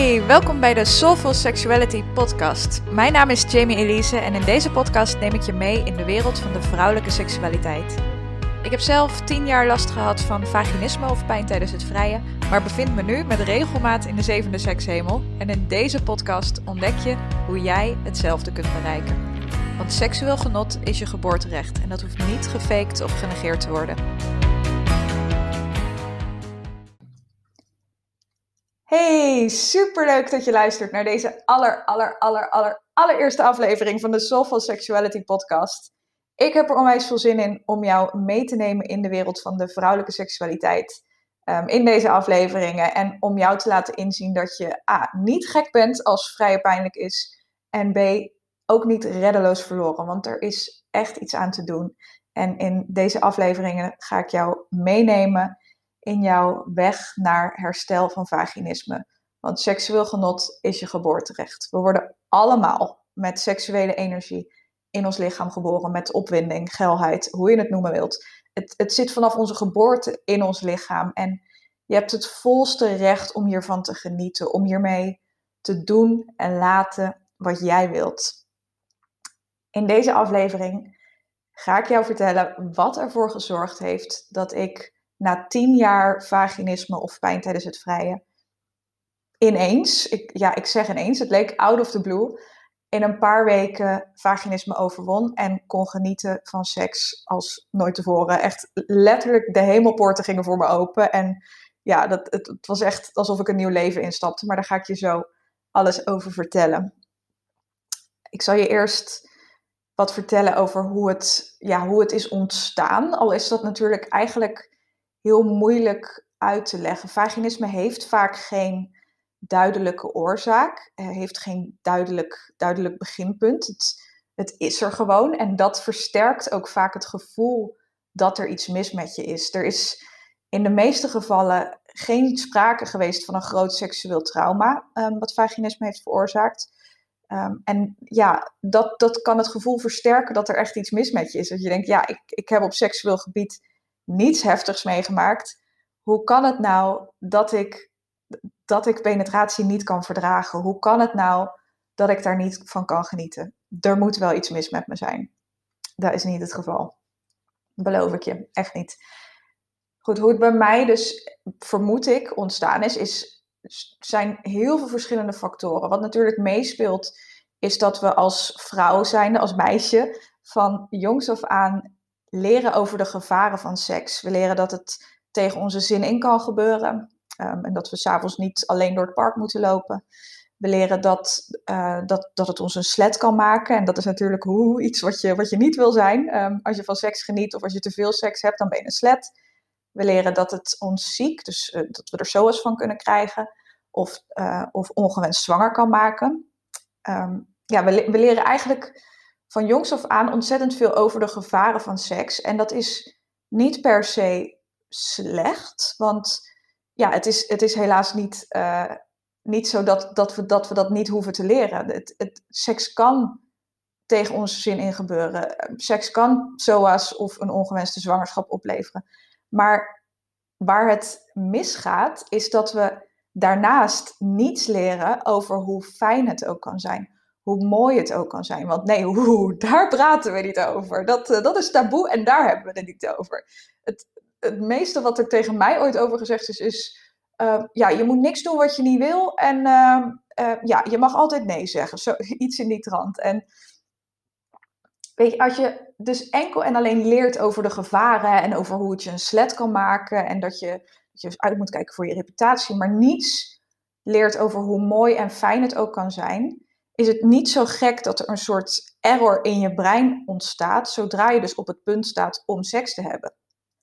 Hey, welkom bij de Soulful Sexuality podcast. Mijn naam is Jamie Elise en in deze podcast neem ik je mee in de wereld van de vrouwelijke seksualiteit. Ik heb zelf 10 jaar last gehad van vaginisme of pijn tijdens het vrijen, maar bevind me nu met regelmaat in de 7e sekshemel. En in deze podcast ontdek je hoe jij hetzelfde kunt bereiken. Want seksueel genot is je geboorterecht en dat hoeft niet gefaked of genegeerd te worden. Hey, superleuk dat je luistert naar deze allereerste aflevering van de Soulful Sexuality podcast. Ik heb er onwijs veel zin in om jou mee te nemen in de wereld van de vrouwelijke seksualiteit in deze afleveringen. En om jou te laten inzien dat je A, niet gek bent als vrije pijnlijk is. En B, ook niet reddeloos verloren, want er is echt iets aan te doen. En in deze afleveringen ga ik jou meenemen in jouw weg naar herstel van vaginisme. Want seksueel genot is je geboorterecht. We worden allemaal met seksuele energie in ons lichaam geboren. Met opwinding, geilheid, hoe je het noemen wilt. Het zit vanaf onze geboorte in ons lichaam. En je hebt het volste recht om hiervan te genieten. Om hiermee te doen en laten wat jij wilt. In deze aflevering ga ik jou vertellen wat ervoor gezorgd heeft dat ik na 10 jaar vaginisme of pijn tijdens het vrijen ineens, ik zeg ineens, het leek out of the blue, in een paar weken vaginisme overwon en kon genieten van seks als nooit tevoren. Echt letterlijk de hemelpoorten gingen voor me open en ja, het was echt alsof ik een nieuw leven instapte, maar daar ga ik je zo alles over vertellen. Ik zal je eerst wat vertellen over hoe het is ontstaan, al is dat natuurlijk eigenlijk heel moeilijk uit te leggen. Vaginisme heeft vaak geen duidelijke oorzaak, heeft geen duidelijk beginpunt. Het is er gewoon en dat versterkt ook vaak het gevoel dat er iets mis met je is. Er is in de meeste gevallen geen sprake geweest van een groot seksueel trauma wat vaginisme heeft veroorzaakt. En ja, dat kan het gevoel versterken dat er echt iets mis met je is. Dat je denkt, ja, ik heb op seksueel gebied niets heftigs meegemaakt. Hoe kan het nou dat ik penetratie niet kan verdragen? Hoe kan het nou dat ik daar niet van kan genieten? Er moet wel iets mis met me zijn. Dat is niet het geval. Beloof ik je, echt niet. Goed, hoe het bij mij dus, vermoed ik, ontstaan zijn heel veel verschillende factoren. Wat natuurlijk meespeelt, is dat we als vrouw zijnde, als meisje, van jongs af aan leren over de gevaren van seks. We leren dat het tegen onze zin in kan gebeuren. En dat we 's avonds niet alleen door het park moeten lopen. We leren dat het ons een slet kan maken. En dat is natuurlijk iets wat je niet wil zijn. Als je van seks geniet of als je te veel seks hebt, dan ben je een slet. We leren dat het ons ziek, dus dat we er SOA's van kunnen krijgen. Of ongewenst zwanger kan maken. We leren eigenlijk van jongs af aan ontzettend veel over de gevaren van seks. En dat is niet per se slecht. Want ja, het is helaas niet zo dat we dat niet hoeven te leren. Seks kan tegen onze zin in gebeuren. Seks kan SOA's of een ongewenste zwangerschap opleveren. Maar waar het misgaat, is dat we daarnaast niets leren over hoe fijn het ook kan zijn. Hoe mooi het ook kan zijn. Want nee, daar praten we niet over. Dat is taboe en daar hebben we het niet over. Het meeste wat er tegen mij ooit over gezegd is je moet niks doen wat je niet wil. En je mag altijd nee zeggen. Iets in die trant. En weet je, als je dus enkel en alleen leert over de gevaren en over hoe het je een slet kan maken en dat je uit moet kijken voor je reputatie, maar niets leert over hoe mooi en fijn het ook kan zijn, is het niet zo gek dat er een soort error in je brein ontstaat zodra je dus op het punt staat om seks te hebben.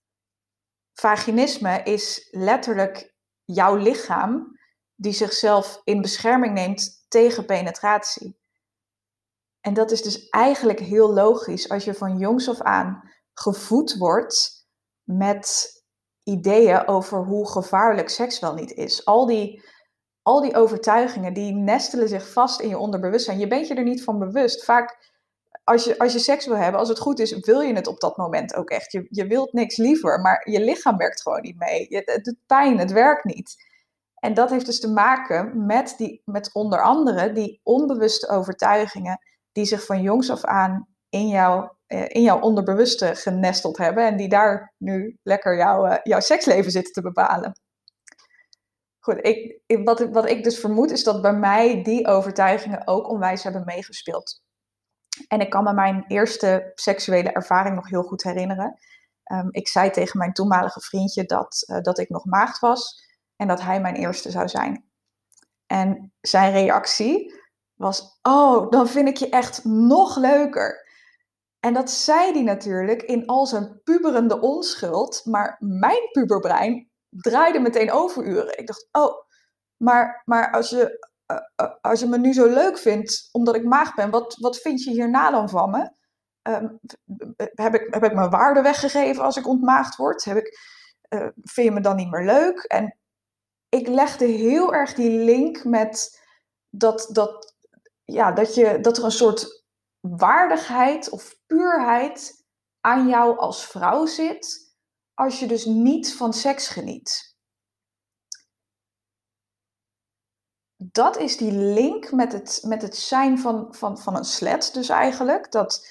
Vaginisme is letterlijk jouw lichaam die zichzelf in bescherming neemt tegen penetratie. En dat is dus eigenlijk heel logisch als je van jongs af aan gevoed wordt met ideeën over hoe gevaarlijk seks wel niet is. Al die overtuigingen die nestelen zich vast in je onderbewustzijn. Je bent je er niet van bewust. Vaak als je seks wil hebben, als het goed is, wil je het op dat moment ook echt. Je wilt niks liever, maar je lichaam werkt gewoon niet mee. Het doet pijn, het werkt niet. En dat heeft dus te maken met onder andere die onbewuste overtuigingen die zich van jongs af aan in jouw onderbewuste genesteld hebben en die daar nu lekker jouw seksleven zitten te bepalen. Goed, wat ik dus vermoed is dat bij mij die overtuigingen ook onwijs hebben meegespeeld. En ik kan me mijn eerste seksuele ervaring nog heel goed herinneren. Ik zei tegen mijn toenmalige vriendje dat ik nog maagd was en dat hij mijn eerste zou zijn. En zijn reactie was, oh, dan vind ik je echt nog leuker. En dat zei hij natuurlijk in al zijn puberende onschuld, maar mijn puberbrein draaide meteen overuren. Ik dacht, oh, maar als je me nu zo leuk vindt omdat ik maagd ben, wat vind je hierna dan van me? Heb ik mijn waarde weggegeven als ik ontmaagd word? Vind je me dan niet meer leuk? En ik legde heel erg die link met dat er een soort waardigheid of puurheid aan jou als vrouw zit, als je dus niet van seks geniet. Dat is die link met het zijn van een slet dus eigenlijk.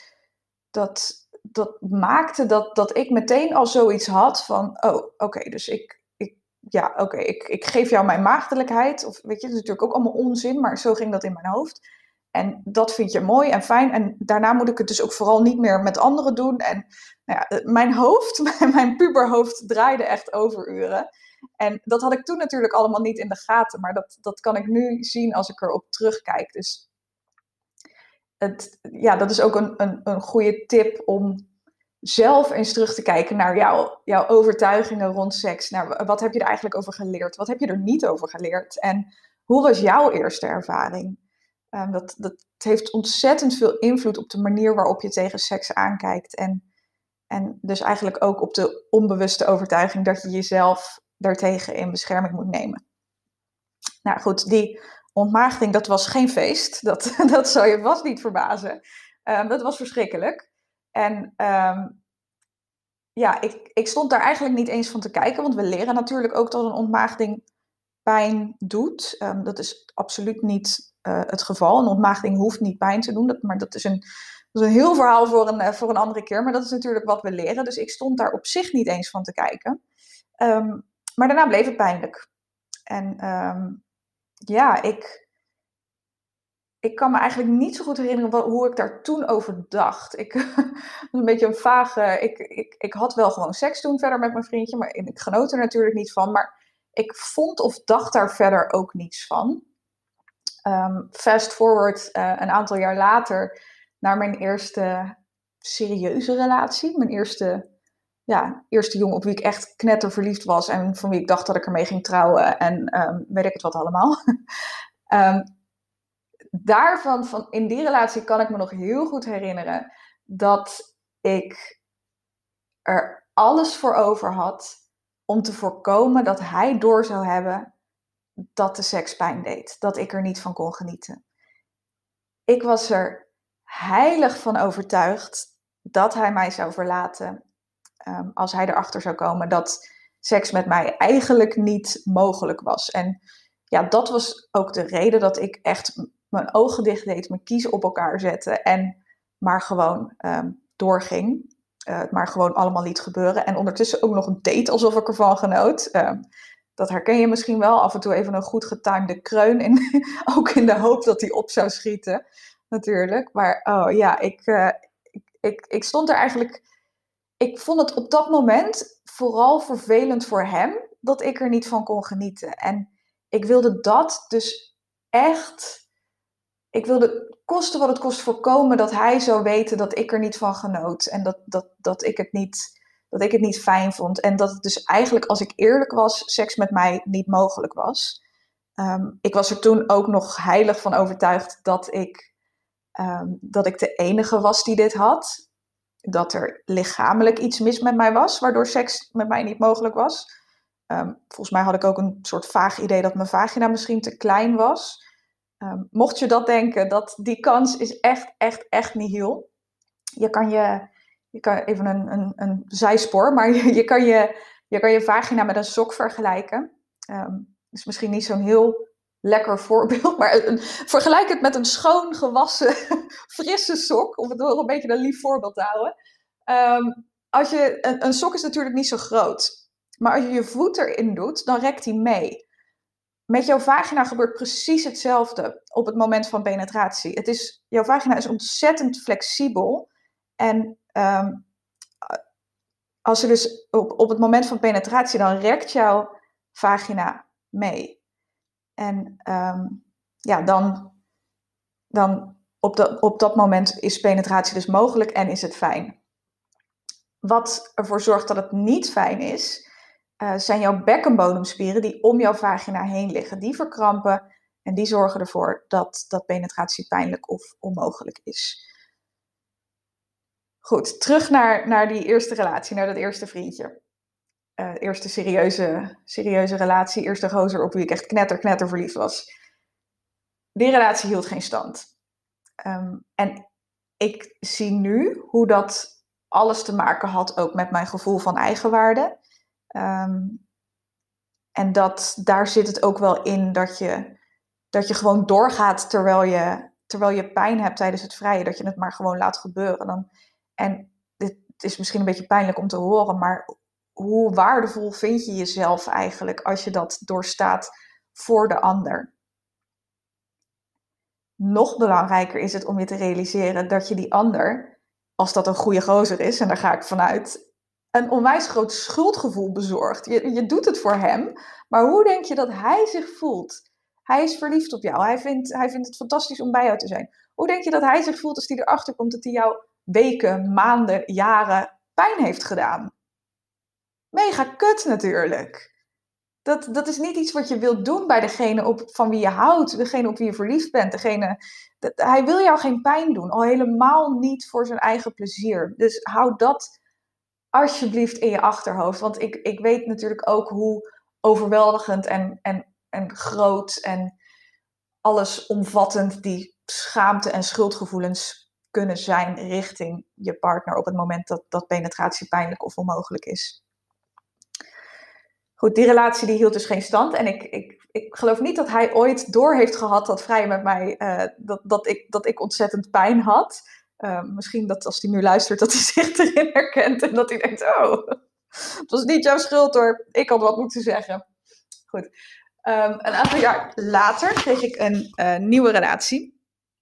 Dat maakte dat ik meteen al zoiets had van, oh, oké, dus ik geef jou mijn maagdelijkheid. Of weet je, dat is natuurlijk ook allemaal onzin, maar zo ging dat in mijn hoofd. En dat vind je mooi en fijn. En daarna moet ik het dus ook vooral niet meer met anderen doen. En nou ja, mijn puberhoofd draaide echt overuren. En dat had ik toen natuurlijk allemaal niet in de gaten. Maar dat kan ik nu zien als ik erop terugkijk. Dus dat is ook een goede tip om zelf eens terug te kijken naar jouw overtuigingen rond seks. Nou, wat heb je er eigenlijk over geleerd? Wat heb je er niet over geleerd? En hoe was jouw eerste ervaring? Dat heeft ontzettend veel invloed op de manier waarop je tegen seks aankijkt. En dus eigenlijk ook op de onbewuste overtuiging dat je jezelf daartegen in bescherming moet nemen. Nou goed, die ontmaagding, dat was geen feest. Dat zou je vast niet verbazen. Dat was verschrikkelijk. En ik stond daar eigenlijk niet eens van te kijken. Want we leren natuurlijk ook dat een ontmaagding pijn doet. Dat is absoluut niet het geval. Een ontmaagding hoeft niet pijn te doen. Maar dat is een heel verhaal voor een andere keer. Maar dat is natuurlijk wat we leren. Dus ik stond daar op zich niet eens van te kijken. Maar daarna bleef het pijnlijk. En ik kan me eigenlijk niet zo goed herinneren hoe ik daar toen over dacht. Ik was een beetje een vage... Ik had wel gewoon seks toen verder met mijn vriendje. Maar ik genoot er natuurlijk niet van. Maar ik vond of dacht daar verder ook niets van. Fast forward een aantal jaar later naar mijn eerste serieuze relatie. Mijn eerste jongen op wie ik echt knetterverliefd was en van wie ik dacht dat ik ermee ging trouwen en weet ik het wat allemaal. In die relatie kan ik me nog heel goed herinneren dat ik er alles voor over had om te voorkomen dat hij door zou hebben dat de seks pijn deed. Dat ik er niet van kon genieten. Ik was er heilig van overtuigd dat hij mij zou verlaten. Als hij erachter zou komen dat seks met mij eigenlijk niet mogelijk was. En ja, dat was ook de reden dat ik echt mijn ogen dicht deed, mijn kiezen op elkaar zette en maar gewoon doorging. Maar gewoon allemaal liet gebeuren. En ondertussen ook nog een date alsof ik ervan genoot. Dat herken je misschien wel. Af en toe even een goed getimede kreun. Ook in de hoop dat hij op zou schieten. Natuurlijk. Maar ik stond er eigenlijk... Ik vond het op dat moment vooral vervelend voor hem dat ik er niet van kon genieten. En ik wilde dat dus echt... Ik wilde koste wat het kost voorkomen dat hij zou weten dat ik er niet van genoot. En dat ik het niet fijn vond. En dat het dus eigenlijk, als ik eerlijk was, seks met mij niet mogelijk was. Ik was er toen ook nog heilig van overtuigd dat ik de enige was die dit had. Dat er lichamelijk iets mis met mij was, waardoor seks met mij niet mogelijk was. Volgens mij had ik ook een soort vaag idee dat mijn vagina misschien te klein was. Mocht je dat denken, die kans is echt nihil. Je kan even een zijspoor, maar je kan je vagina met een sok vergelijken. is misschien niet zo'n heel lekker voorbeeld, maar vergelijk het met een schoon gewassen, frisse sok, om het nog een beetje een lief voorbeeld te houden. Een sok is natuurlijk niet zo groot, maar als je je voet erin doet, dan rekt die mee. Met jouw vagina gebeurt precies hetzelfde op het moment van penetratie. Jouw vagina is ontzettend flexibel. En als er dus op het moment van penetratie, dan rekt jouw vagina mee. En dan op dat moment is penetratie dus mogelijk en is het fijn. Wat ervoor zorgt dat het niet fijn is, zijn jouw bekkenbodemspieren die om jouw vagina heen liggen. Die verkrampen en die zorgen ervoor dat penetratie pijnlijk of onmogelijk is. Goed, terug naar die eerste relatie, naar dat eerste vriendje. Eerste serieuze relatie, eerste gozer op wie ik echt knetter verliefd was. Die relatie hield geen stand. En ik zie nu hoe dat alles te maken had ook met mijn gevoel van eigenwaarde. En daar zit het ook wel in dat je gewoon doorgaat terwijl je pijn hebt tijdens het vrijen. Dat je het maar gewoon laat gebeuren. En dit is misschien een beetje pijnlijk om te horen, maar hoe waardevol vind je jezelf eigenlijk als je dat doorstaat voor de ander? Nog belangrijker is het om je te realiseren dat je die ander, als dat een goede gozer is, en daar ga ik vanuit, een onwijs groot schuldgevoel bezorgt. Je doet het voor hem, maar hoe denk je dat hij zich voelt? Hij is verliefd op jou. Hij vindt het fantastisch om bij jou te zijn. Hoe denk je dat hij zich voelt als hij erachter komt dat hij jou weken, maanden, jaren pijn heeft gedaan? Mega kut natuurlijk. Dat is niet iets wat je wilt doen bij degene van wie je houdt, degene op wie je verliefd bent. Hij wil jou geen pijn doen, al helemaal niet voor zijn eigen plezier. Dus hou dat alsjeblieft in je achterhoofd. Want ik weet natuurlijk ook hoe overweldigend en groot en allesomvattend die schaamte en schuldgevoelens kunnen zijn richting je partner op het moment dat penetratie pijnlijk of onmogelijk is. Goed, die relatie die hield dus geen stand. En ik geloof niet dat hij ooit door heeft gehad dat vrijen met mij, dat ik ontzettend pijn had. Misschien dat als hij nu luistert, dat hij zich erin herkent. En dat hij denkt, oh, het was niet jouw schuld hoor. Ik had wat moeten zeggen. Goed. Een aantal jaar later kreeg ik een nieuwe relatie.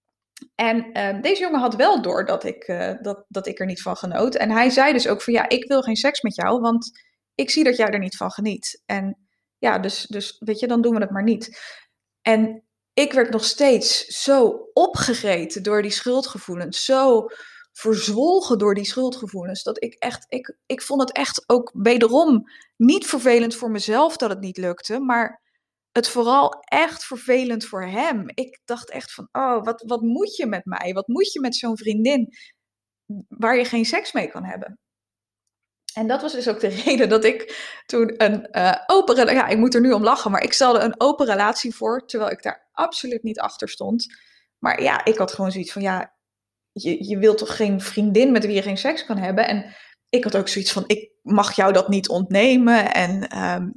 En deze jongen had wel door dat ik er niet van genoot. En hij zei dus ook van ja, ik wil geen seks met jou, want ik zie dat jij er niet van geniet. En ja, dus weet je, dan doen we het maar niet. En ik werd nog steeds zo opgegeten door die schuldgevoelens. Zo verzwolgen door die schuldgevoelens. Dat ik vond het echt ook wederom niet vervelend voor mezelf dat het niet lukte. Maar het vooral echt vervelend voor hem. Ik dacht echt van, oh, wat moet je met mij? Wat moet je met zo'n vriendin waar je geen seks mee kan hebben? En dat was dus ook de reden dat ik toen een open relatie... Ja, ik moet er nu om lachen, maar ik stelde een open relatie voor, terwijl ik daar absoluut niet achter stond. Maar ja, ik had gewoon zoiets van, ja, je wilt toch geen vriendin met wie je geen seks kan hebben? En ik had ook zoiets van, ik mag jou dat niet ontnemen. En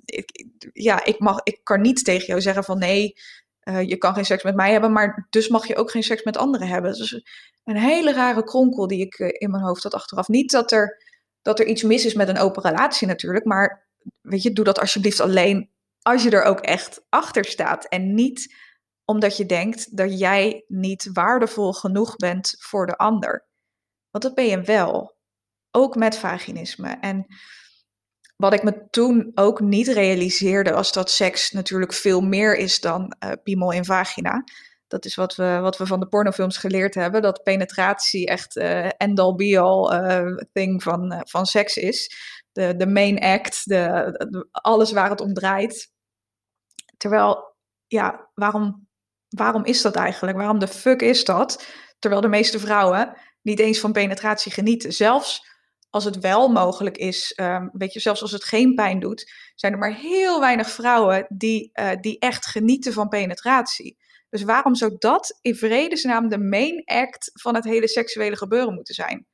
ik kan niet tegen jou zeggen van, nee, je kan geen seks met mij hebben, maar dus mag je ook geen seks met anderen hebben. Dus een hele rare kronkel die ik in mijn hoofd had achteraf. Niet dat er iets mis is met een open relatie natuurlijk, maar weet je, doe dat alsjeblieft alleen als je er ook echt achter staat. En niet omdat je denkt dat jij niet waardevol genoeg bent voor de ander. Want dat ben je wel. Ook met vaginisme. En wat ik me toen ook niet realiseerde, was dat seks natuurlijk veel meer is dan piemel in vagina. Dat is wat we van de pornofilms geleerd hebben. Dat penetratie echt end-all be-all thing van seks is. De main act, alles waar het om draait. Terwijl, ja, waarom is dat eigenlijk? Waarom de fuck is dat? Terwijl de meeste vrouwen niet eens van penetratie genieten. Zelfs als het wel mogelijk is, weet je, zelfs als het geen pijn doet, zijn er maar heel weinig vrouwen die echt genieten van penetratie. Dus waarom zou dat in vredesnaam de main act van het hele seksuele gebeuren moeten zijn?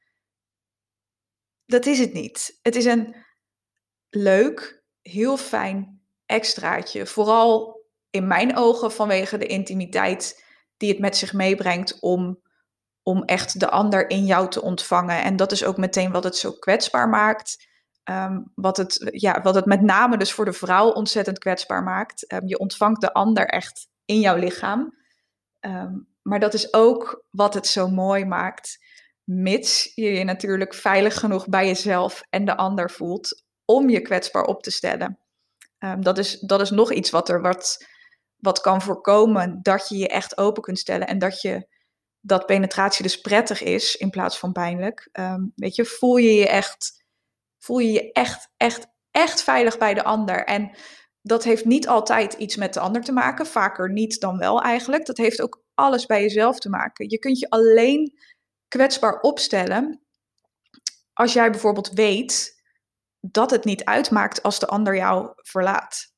Dat is het niet. Het is een leuk, heel fijn extraatje. Vooral in mijn ogen vanwege de intimiteit die het met zich meebrengt om echt de ander in jou te ontvangen. En dat is ook meteen wat het zo kwetsbaar maakt. Wat het met name dus voor de vrouw ontzettend kwetsbaar maakt. Je ontvangt de ander echt in jouw lichaam. Maar dat is ook wat het zo mooi maakt. Mits je je natuurlijk veilig genoeg bij jezelf en de ander voelt om je kwetsbaar op te stellen. Dat is nog iets wat kan voorkomen dat je je echt open kunt stellen. En dat penetratie dus prettig is in plaats van pijnlijk. Weet je, voel je je echt veilig bij de ander. En dat heeft niet altijd iets met de ander te maken. Vaker niet dan wel eigenlijk. Dat heeft ook alles bij jezelf te maken. Je kunt je alleen kwetsbaar opstellen als jij bijvoorbeeld weet dat het niet uitmaakt als de ander jou verlaat.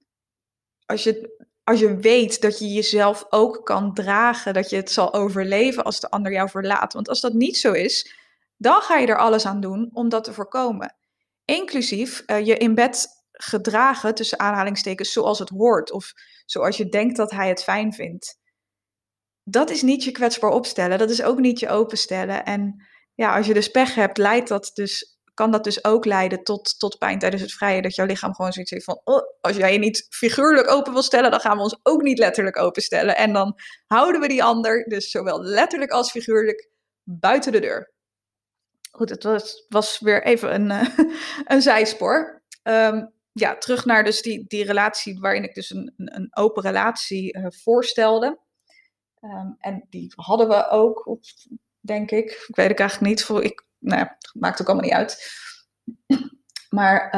Als je weet dat je jezelf ook kan dragen, dat je het zal overleven als de ander jou verlaat. Want als dat niet zo is, dan ga je er alles aan doen om dat te voorkomen. Inclusief je in bed gedragen, tussen aanhalingstekens, zoals het hoort. Of zoals je denkt dat hij het fijn vindt. Dat is niet je kwetsbaar opstellen. Dat is ook niet je openstellen. En ja, als je dus pech hebt, kan dat dus ook leiden tot pijn tijdens het vrijen. Dat jouw lichaam gewoon zoiets heeft van, oh, als jij je niet figuurlijk open wil stellen, dan gaan we ons ook niet letterlijk openstellen. En dan houden we die ander, dus zowel letterlijk als figuurlijk, buiten de deur. Goed, het was weer even een zijspoor. Terug naar dus die relatie waarin ik dus een open relatie voorstelde. En die hadden we ook, denk ik. Ik weet het eigenlijk niet. Het maakt ook allemaal niet uit. Maar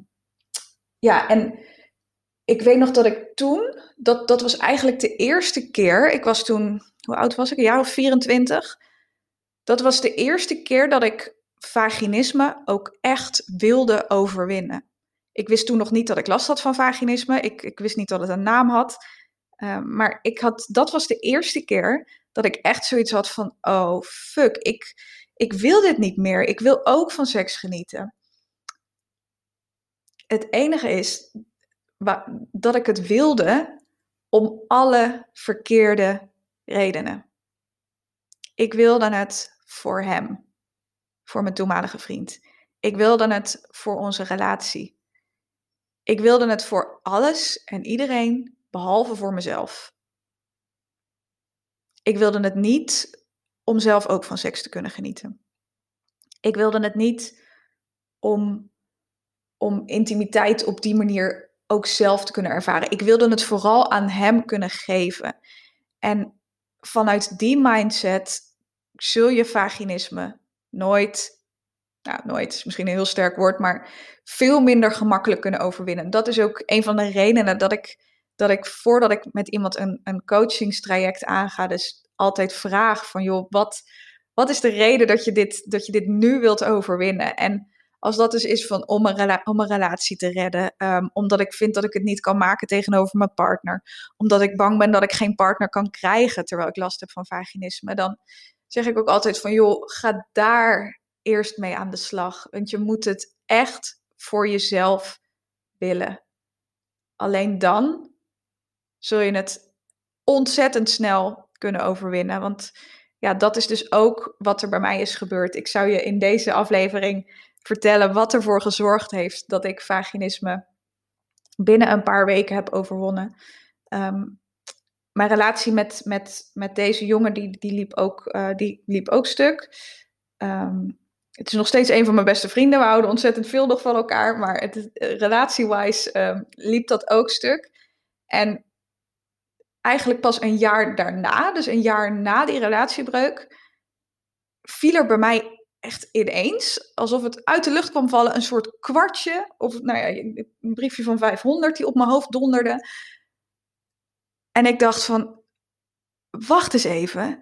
en ik weet nog dat ik toen, dat was eigenlijk de eerste keer. Ik was toen, hoe oud was ik? Een jaar of 24. Dat was de eerste keer dat ik vaginisme ook echt wilde overwinnen. Ik wist toen nog niet dat ik last had van vaginisme. Ik wist niet dat het een naam had. Maar dat was de eerste keer dat ik echt zoiets had van, oh fuck, ik wil dit niet meer. Ik wil ook van seks genieten. Het enige is dat ik het wilde om alle verkeerde redenen. Ik wilde het voor hem, voor mijn toenmalige vriend. Ik wilde het voor onze relatie. Ik wilde het voor alles en iedereen, behalve voor mezelf. Ik wilde het niet om zelf ook van seks te kunnen genieten. Ik wilde het niet om intimiteit op die manier ook zelf te kunnen ervaren. Ik wilde het vooral aan hem kunnen geven. En vanuit die mindset zul je vaginisme nooit is misschien een heel sterk woord, maar veel minder gemakkelijk kunnen overwinnen. Dat is ook een van de redenen dat ik voordat ik met iemand een coachingstraject aanga, dus altijd vraag van, joh, wat is de reden dat je dit nu wilt overwinnen? En als dat dus is van om een relatie te redden, omdat ik vind dat ik het niet kan maken tegenover mijn partner, omdat ik bang ben dat ik geen partner kan krijgen terwijl ik last heb van vaginisme, dan zeg ik ook altijd van, joh, ga daar eerst mee aan de slag. Want je moet het echt voor jezelf willen. Alleen dan zul je het ontzettend snel kunnen overwinnen. Want ja, dat is dus ook wat er bij mij is gebeurd. Ik zou je in deze aflevering vertellen wat ervoor gezorgd heeft dat ik vaginisme binnen een paar weken heb overwonnen. Mijn relatie met deze jongen, die liep ook stuk. Het is nog steeds een van mijn beste vrienden. We houden ontzettend veel nog van elkaar. Maar relatie-wise liep dat ook stuk. En eigenlijk pas een jaar daarna, dus een jaar na die relatiebreuk, viel er bij mij echt ineens, alsof het uit de lucht kwam vallen, een soort kwartje. Of een briefje van 500 die op mijn hoofd donderde. En ik dacht van, wacht eens even.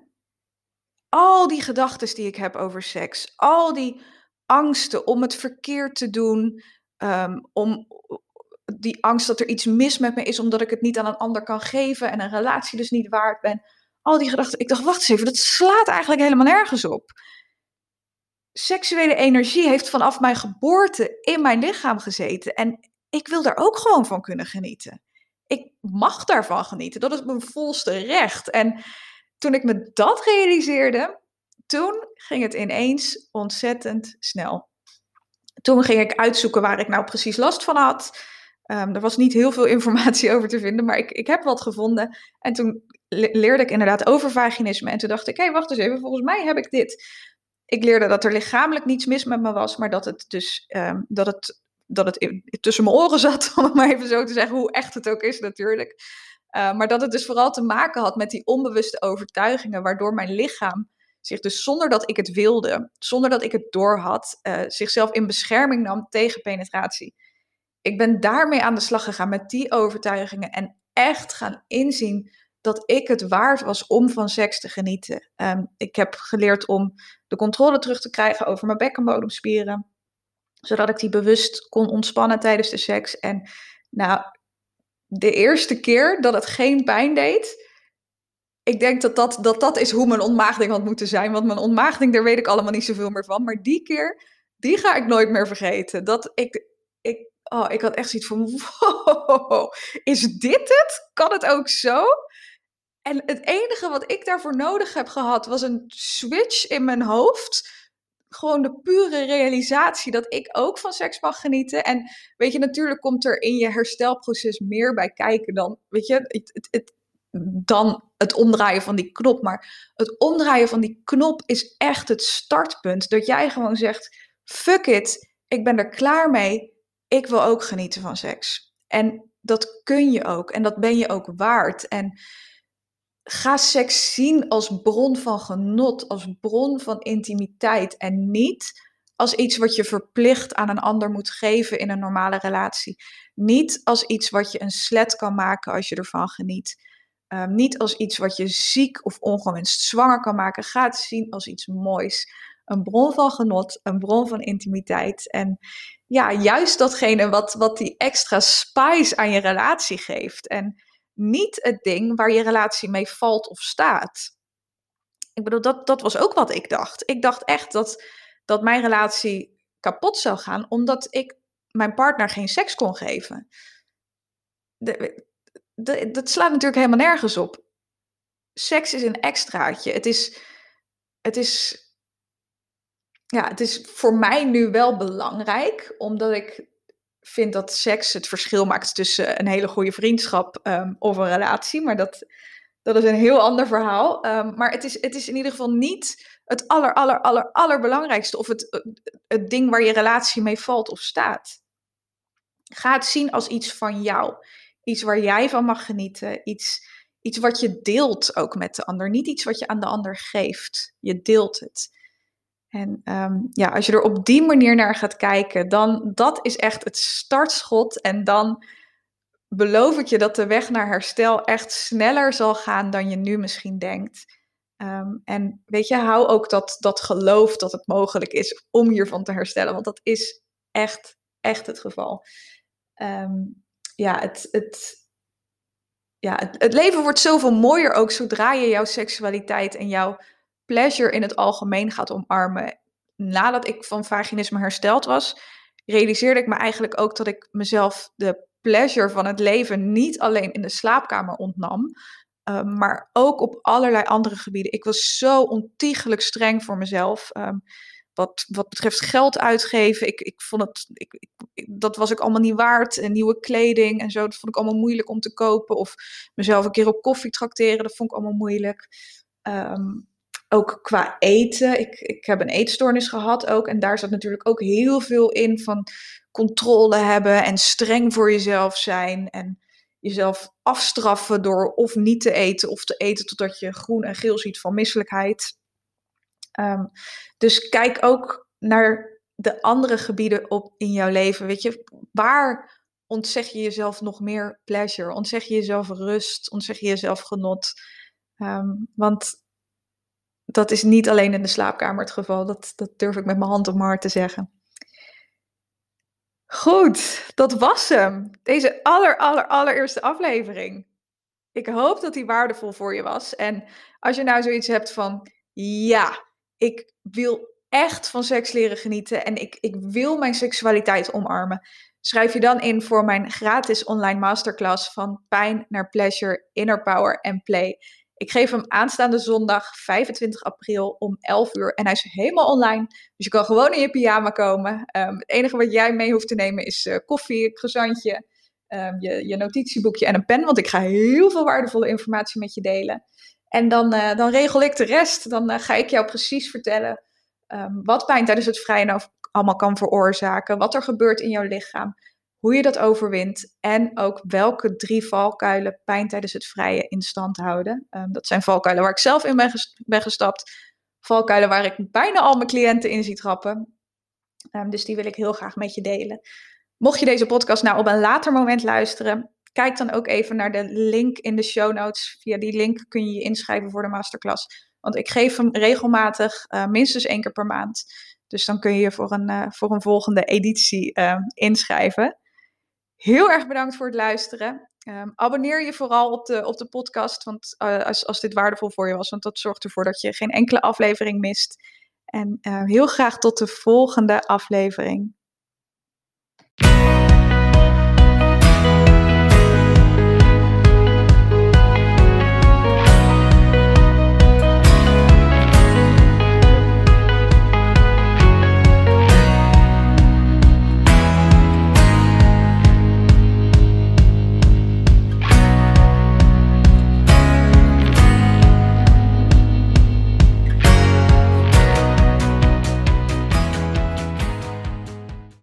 Al die gedachten die ik heb over seks, al die angsten om het verkeerd te doen, om die angst dat er iets mis met me is omdat ik het niet aan een ander kan geven en een relatie dus niet waard ben. Al die gedachten, ik dacht, wacht eens even, dat slaat eigenlijk helemaal nergens op. Seksuele energie heeft vanaf mijn geboorte in mijn lichaam gezeten en ik wil daar ook gewoon van kunnen genieten. Ik mag daarvan genieten. Dat is mijn volste recht. En toen ik me dat realiseerde, toen ging het ineens ontzettend snel. Toen ging ik uitzoeken waar ik nou precies last van had. Er was niet heel veel informatie over te vinden, maar ik heb wat gevonden. En toen leerde ik inderdaad over vaginisme. En toen dacht ik, hé, wacht eens even, volgens mij heb ik dit. Ik leerde dat er lichamelijk niets mis met me was, maar dat het dus dat het tussen mijn oren zat, om het maar even zo te zeggen, hoe echt het ook is natuurlijk. Maar dat het dus vooral te maken had met die onbewuste overtuigingen, waardoor mijn lichaam zich dus zonder dat ik het wilde, zonder dat ik het doorhad, zichzelf in bescherming nam tegen penetratie. Ik ben daarmee aan de slag gegaan met die overtuigingen en echt gaan inzien dat ik het waard was om van seks te genieten. Ik heb geleerd om de controle terug te krijgen over mijn bekkenbodemspieren, zodat ik die bewust kon ontspannen tijdens de seks. En nou, de eerste keer dat het geen pijn deed, ik denk dat is hoe mijn ontmaagding had moeten zijn. Want mijn ontmaagding, daar weet ik allemaal niet zoveel meer van. Maar die keer, die ga ik nooit meer vergeten. Ik had echt zoiets van, wow, is dit het? Kan het ook zo? En het enige wat ik daarvoor nodig heb gehad, was een switch in mijn hoofd. Gewoon de pure realisatie dat ik ook van seks mag genieten. En weet je, natuurlijk komt er in je herstelproces meer bij kijken dan, weet je, dan het omdraaien van die knop. Maar het omdraaien van die knop is echt het startpunt. Dat jij gewoon zegt, fuck it, ik ben er klaar mee. Ik wil ook genieten van seks. En dat kun je ook. En dat ben je ook waard. En ga seks zien als bron van genot, als bron van intimiteit. En niet als iets wat je verplicht aan een ander moet geven in een normale relatie. Niet als iets wat je een slet kan maken als je ervan geniet. Niet als iets wat je ziek of ongewenst zwanger kan maken. Ga het zien als iets moois. Een bron van genot, een bron van intimiteit. En ja, juist datgene wat die extra spice aan je relatie geeft. En niet het ding waar je relatie mee valt of staat. Ik bedoel, dat was ook wat ik dacht. Ik dacht echt dat mijn relatie kapot zou gaan, omdat ik mijn partner geen seks kon geven. Dat slaat natuurlijk helemaal nergens op. Seks is een extraatje. Het is voor mij nu wel belangrijk, omdat ik vind dat seks het verschil maakt tussen een hele goede vriendschap of een relatie. Maar dat is een heel ander verhaal. Maar het is in ieder geval niet het allerbelangrijkste of het ding waar je relatie mee valt of staat. Ga het zien als iets van jou. Iets waar jij van mag genieten. Iets wat je deelt ook met de ander. Niet iets wat je aan de ander geeft. Je deelt het. En als je er op die manier naar gaat kijken, dan dat is echt het startschot. En dan beloof ik je dat de weg naar herstel echt sneller zal gaan dan je nu misschien denkt. En weet je, hou ook dat geloof dat het mogelijk is om hiervan te herstellen. Want dat is echt, echt het geval. Het leven wordt zoveel mooier ook zodra je jouw seksualiteit en jouw pleasure in het algemeen gaat omarmen. Nadat ik van vaginisme hersteld was, realiseerde ik me eigenlijk ook dat ik mezelf de pleasure van het leven niet alleen in de slaapkamer ontnam, maar ook op allerlei andere gebieden. Ik was zo ontiegelijk streng voor mezelf. Wat betreft geld uitgeven, ik vond het, dat was ik allemaal niet waard. En nieuwe kleding en zo, dat vond ik allemaal moeilijk om te kopen. Of mezelf een keer op koffie trakteren, dat vond ik allemaal moeilijk. Ook qua eten, ik heb een eetstoornis gehad ook. En daar zat natuurlijk ook heel veel in van controle hebben en streng voor jezelf zijn. En jezelf afstraffen door of niet te eten of te eten totdat je groen en geel ziet van misselijkheid. Dus kijk ook naar de andere gebieden in jouw leven. Weet je, waar ontzeg je jezelf nog meer pleasure? Ontzeg je jezelf rust? Ontzeg je jezelf genot? Want dat is niet alleen in de slaapkamer het geval. Dat durf ik met mijn hand op mijn hart te zeggen. Goed, dat was hem. Deze allereerste aflevering. Ik hoop dat die waardevol voor je was. En als je nou zoiets hebt van, ja, ik wil echt van seks leren genieten en ik wil mijn seksualiteit omarmen. Schrijf je dan in voor mijn gratis online masterclass van pijn naar pleasure, inner power en play. Ik geef hem aanstaande zondag 25 april om 11 uur en hij is helemaal online. Dus je kan gewoon in je pyjama komen. Het enige wat jij mee hoeft te nemen is koffie, croissantje, je notitieboekje en een pen. Want ik ga heel veel waardevolle informatie met je delen. En dan regel ik de rest. Dan ga ik jou precies vertellen wat pijn tijdens het vrijen nou allemaal kan veroorzaken. Wat er gebeurt in jouw lichaam. Hoe je dat overwint. En ook welke 3 valkuilen pijn tijdens het vrijen in stand houden. Dat zijn valkuilen waar ik zelf in ben gestapt. Valkuilen waar ik bijna al mijn cliënten in zie trappen. Dus die wil ik heel graag met je delen. Mocht je deze podcast nou op een later moment luisteren, kijk dan ook even naar de link in de show notes. Via die link kun je je inschrijven voor de masterclass. Want ik geef hem regelmatig, minstens 1 keer per maand. Dus dan kun je je voor een volgende editie inschrijven. Heel erg bedankt voor het luisteren. Abonneer je vooral op de podcast, want als dit waardevol voor je was. Want dat zorgt ervoor dat je geen enkele aflevering mist. En heel graag tot de volgende aflevering.